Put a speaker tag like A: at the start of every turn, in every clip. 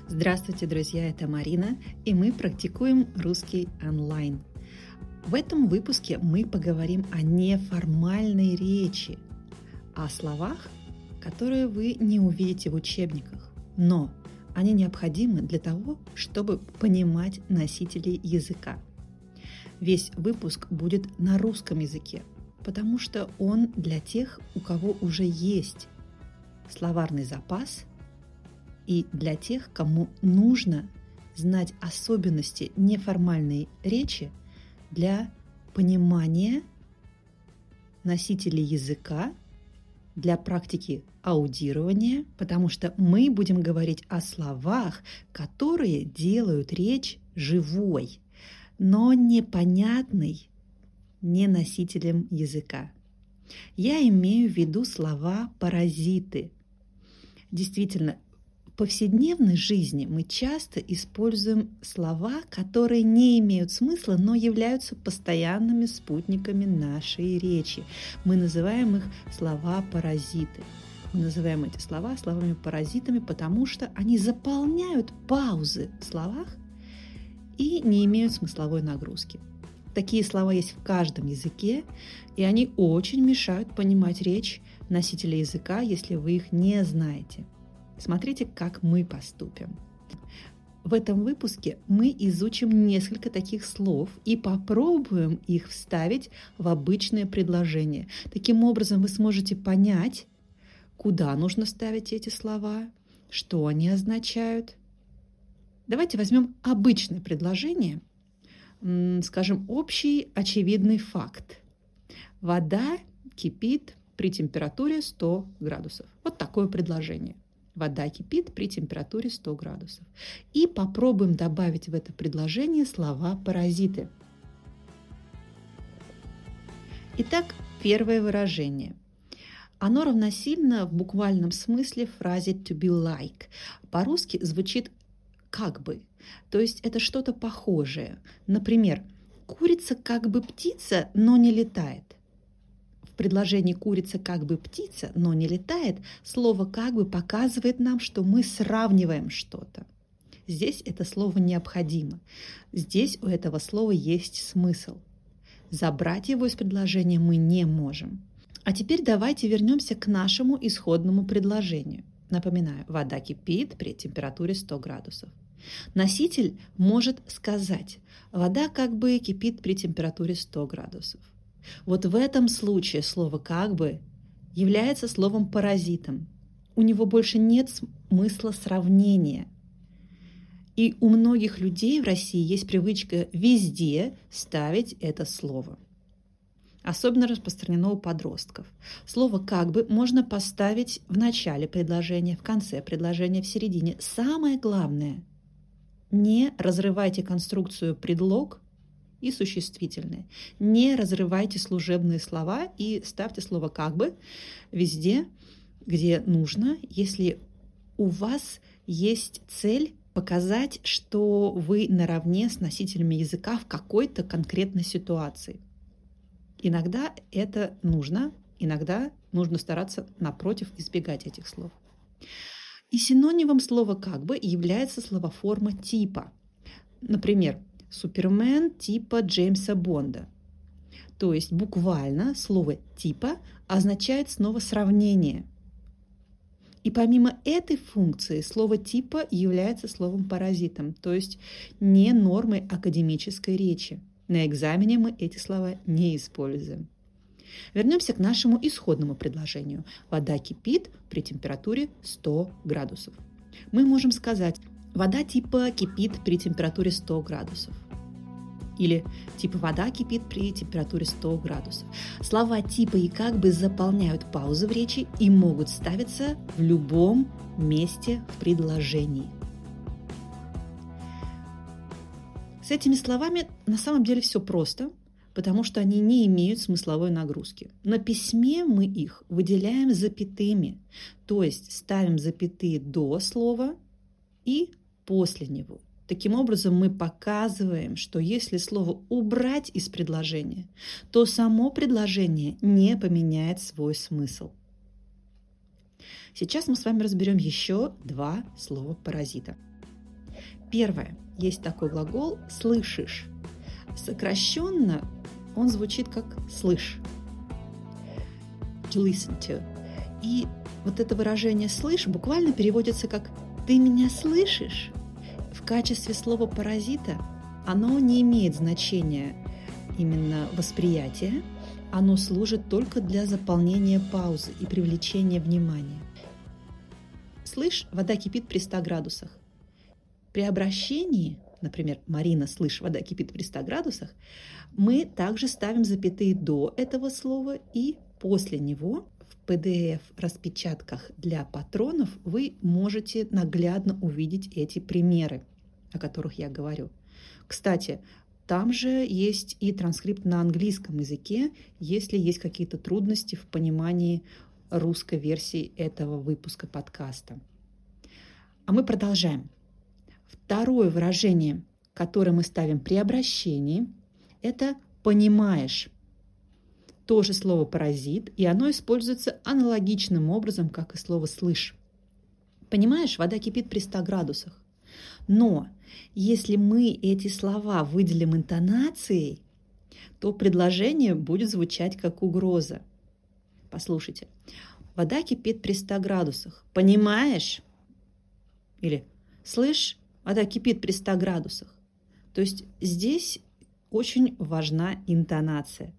A: Здравствуйте, друзья, это Марина, и мы практикуем русский онлайн. В этом выпуске мы поговорим о неформальной речи, о словах, которые вы не увидите в учебниках, но они необходимы для того, чтобы понимать носителей языка. Весь выпуск будет на русском языке, потому что он для тех, у кого уже есть словарный запас, и для тех, кому нужно знать особенности неформальной речи для понимания носителей языка, для практики аудирования, потому что мы будем говорить о словах, которые делают речь живой, но непонятной не носителям языка. Я имею в виду слова-паразиты. Действительно, в повседневной жизни мы часто используем слова, которые не имеют смысла, но являются постоянными спутниками нашей речи. Мы называем их слова-паразиты. Мы называем эти слова словами-паразитами, потому что они заполняют паузы в словах и не имеют смысловой нагрузки. Такие слова есть в каждом языке, и они очень мешают понимать речь носителя языка, если вы их не знаете. Смотрите, как мы поступим. В этом выпуске мы изучим несколько таких слов и попробуем их вставить в обычное предложение. Таким образом, вы сможете понять, куда нужно ставить эти слова, что они означают. Давайте возьмем обычное предложение, скажем, общий очевидный факт. Вода кипит при температуре 100 градусов. Вот такое предложение. Вода кипит при температуре 100 градусов. И попробуем добавить в это предложение слова-паразиты. Итак, первое выражение. Оно равносильно в буквальном смысле фразе to be like. По-русски звучит как бы. То есть это что-то похожее. Например, курица как бы птица, но не летает. В предложении «курица как бы птица, но не летает» слово «как бы» показывает нам, что мы сравниваем что-то. Здесь это слово необходимо. Здесь у этого слова есть смысл. Забрать его из предложения мы не можем. А теперь давайте вернемся к нашему исходному предложению. Напоминаю, вода кипит при температуре 100 градусов. Носитель может сказать «вода как бы кипит при температуре 100 градусов». Вот в этом случае слово «как бы» является словом-паразитом. У него больше нет смысла сравнения. И у многих людей в России есть привычка везде ставить это слово. Особенно распространено у подростков. Слово «как бы» можно поставить в начале предложения, в конце предложения, в середине. Самое главное – не разрывайте конструкцию предлог и существительные. Не разрывайте служебные слова и ставьте слово «как бы» везде, где нужно, если у вас есть цель показать, что вы наравне с носителями языка в какой-то конкретной ситуации. Иногда это нужно, иногда нужно стараться, напротив, избегать этих слов. И синонимом слова «как бы» является словоформа «типа». Например, Супермен типа Джеймса Бонда. То есть буквально слово «типа» означает снова сравнение. И помимо этой функции слово «типа» является словом-паразитом, то есть не нормой академической речи. На экзамене мы эти слова не используем. Вернемся к нашему исходному предложению. Вода кипит при температуре 100 градусов. Мы можем сказать «вода типа кипит при температуре 100 градусов». Или типа «вода кипит при температуре 100 градусов». Слова «типа» и «как бы» заполняют паузы в речи и могут ставиться в любом месте в предложении. С этими словами на самом деле все просто, потому что они не имеют смысловой нагрузки. На письме мы их выделяем запятыми, то есть ставим запятые до слова и после него. Таким образом, мы показываем, что если слово убрать из предложения, то само предложение не поменяет свой смысл. Сейчас мы с вами разберем еще два слова-паразита. Первое. Есть такой глагол «слышишь». Сокращенно он звучит как «слышь». To listen to. И вот это выражение «слышь» буквально переводится как «ты меня слышишь?». В качестве слова «паразита» оно не имеет значения именно восприятия, оно служит только для заполнения паузы и привлечения внимания. «Слышь, вода кипит при 100 градусах». При обращении, например, «Марина, слышь, вода кипит при 100 градусах», мы также ставим запятые до этого слова, и после него в PDF-распечатках для патронов вы можете наглядно увидеть эти примеры, о которых я говорю. Кстати, там же есть и транскрипт на английском языке, если есть какие-то трудности в понимании русской версии этого выпуска подкаста. А мы продолжаем. Второе выражение, которое мы ставим при обращении, это «понимаешь». Тоже слово «паразит», и оно используется аналогичным образом, как и слово «слышь». Понимаешь, вода кипит при 100 градусах. Но если мы эти слова выделим интонацией, то предложение будет звучать как угроза. Послушайте. Вода кипит при 100 градусах. Понимаешь? Или «слышь, вода кипит при 100 градусах». То есть здесь очень важна интонация.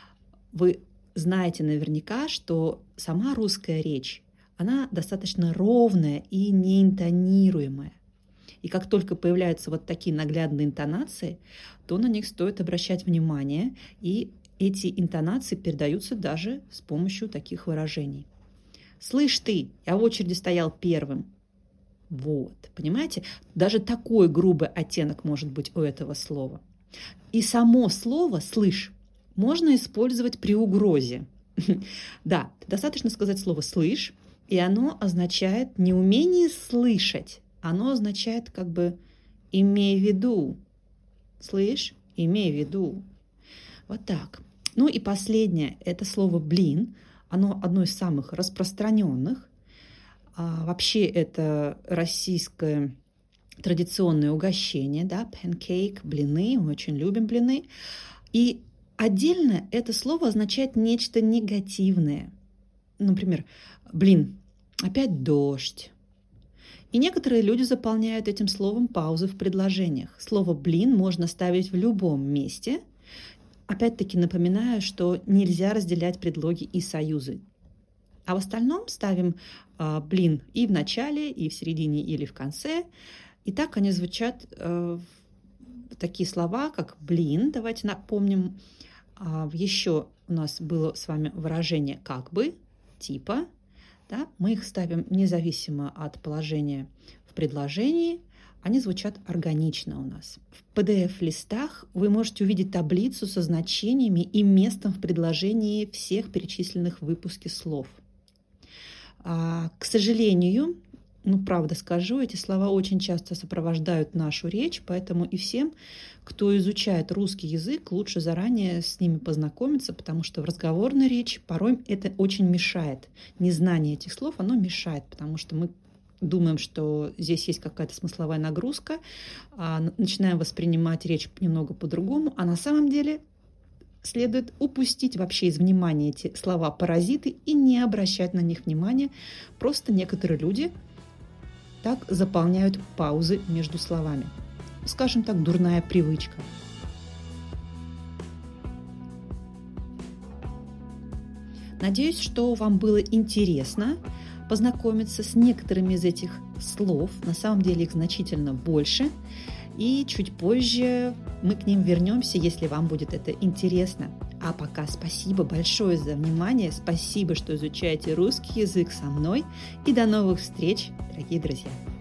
A: Вы знаете наверняка, что сама русская речь, она достаточно ровная и неинтонируемая. И как только появляются вот такие наглядные интонации, то на них стоит обращать внимание, и эти интонации передаются даже с помощью таких выражений. «Слышь ты, я в очереди стоял первым». Вот, понимаете? Даже такой грубый оттенок может быть у этого слова. И само слово «слышь» можно использовать при угрозе. Да, достаточно сказать слово «слышь», и оно означает неумение слышать. Оно означает как бы «имей в виду». «Слышь, имей в виду». Вот так. Ну и последнее – это слово «блин». Оно одно из самых распространенных. Вообще это российское традиционное угощение, да, pancake, блины, мы очень любим блины. И отдельно это слово означает нечто негативное. Например, блин, опять дождь. И некоторые люди заполняют этим словом паузы в предложениях. Слово «блин» можно ставить в любом месте. Опять-таки напоминаю, что нельзя разделять предлоги и союзы. А в остальном ставим блин и в начале, и в середине, или в конце. И так они звучат такие слова, как блин. Давайте напомним. Еще у нас было с вами выражение «как бы», «типа». Да? Мы их ставим независимо от положения в предложении. Они звучат органично у нас. В PDF-листах вы можете увидеть таблицу со значениями и местом в предложении всех перечисленных в выпуске слов. К сожалению, правда скажу, эти слова очень часто сопровождают нашу речь, поэтому и всем, кто изучает русский язык, лучше заранее с ними познакомиться, потому что в разговорной речи порой это очень мешает. Незнание этих слов, оно мешает, потому что мы думаем, что здесь есть какая-то смысловая нагрузка, начинаем воспринимать речь немного по-другому, а на самом деле следует упустить вообще из внимания эти слова «паразиты» и не обращать на них внимания. Просто некоторые люди так заполняют паузы между словами. Скажем так, дурная привычка. Надеюсь, что вам было интересно познакомиться с некоторыми из этих слов. На самом деле их значительно больше. И чуть позже мы к ним вернемся, если вам будет это интересно. А пока спасибо большое за внимание. Спасибо, что изучаете русский язык со мной. И до новых встреч, дорогие друзья!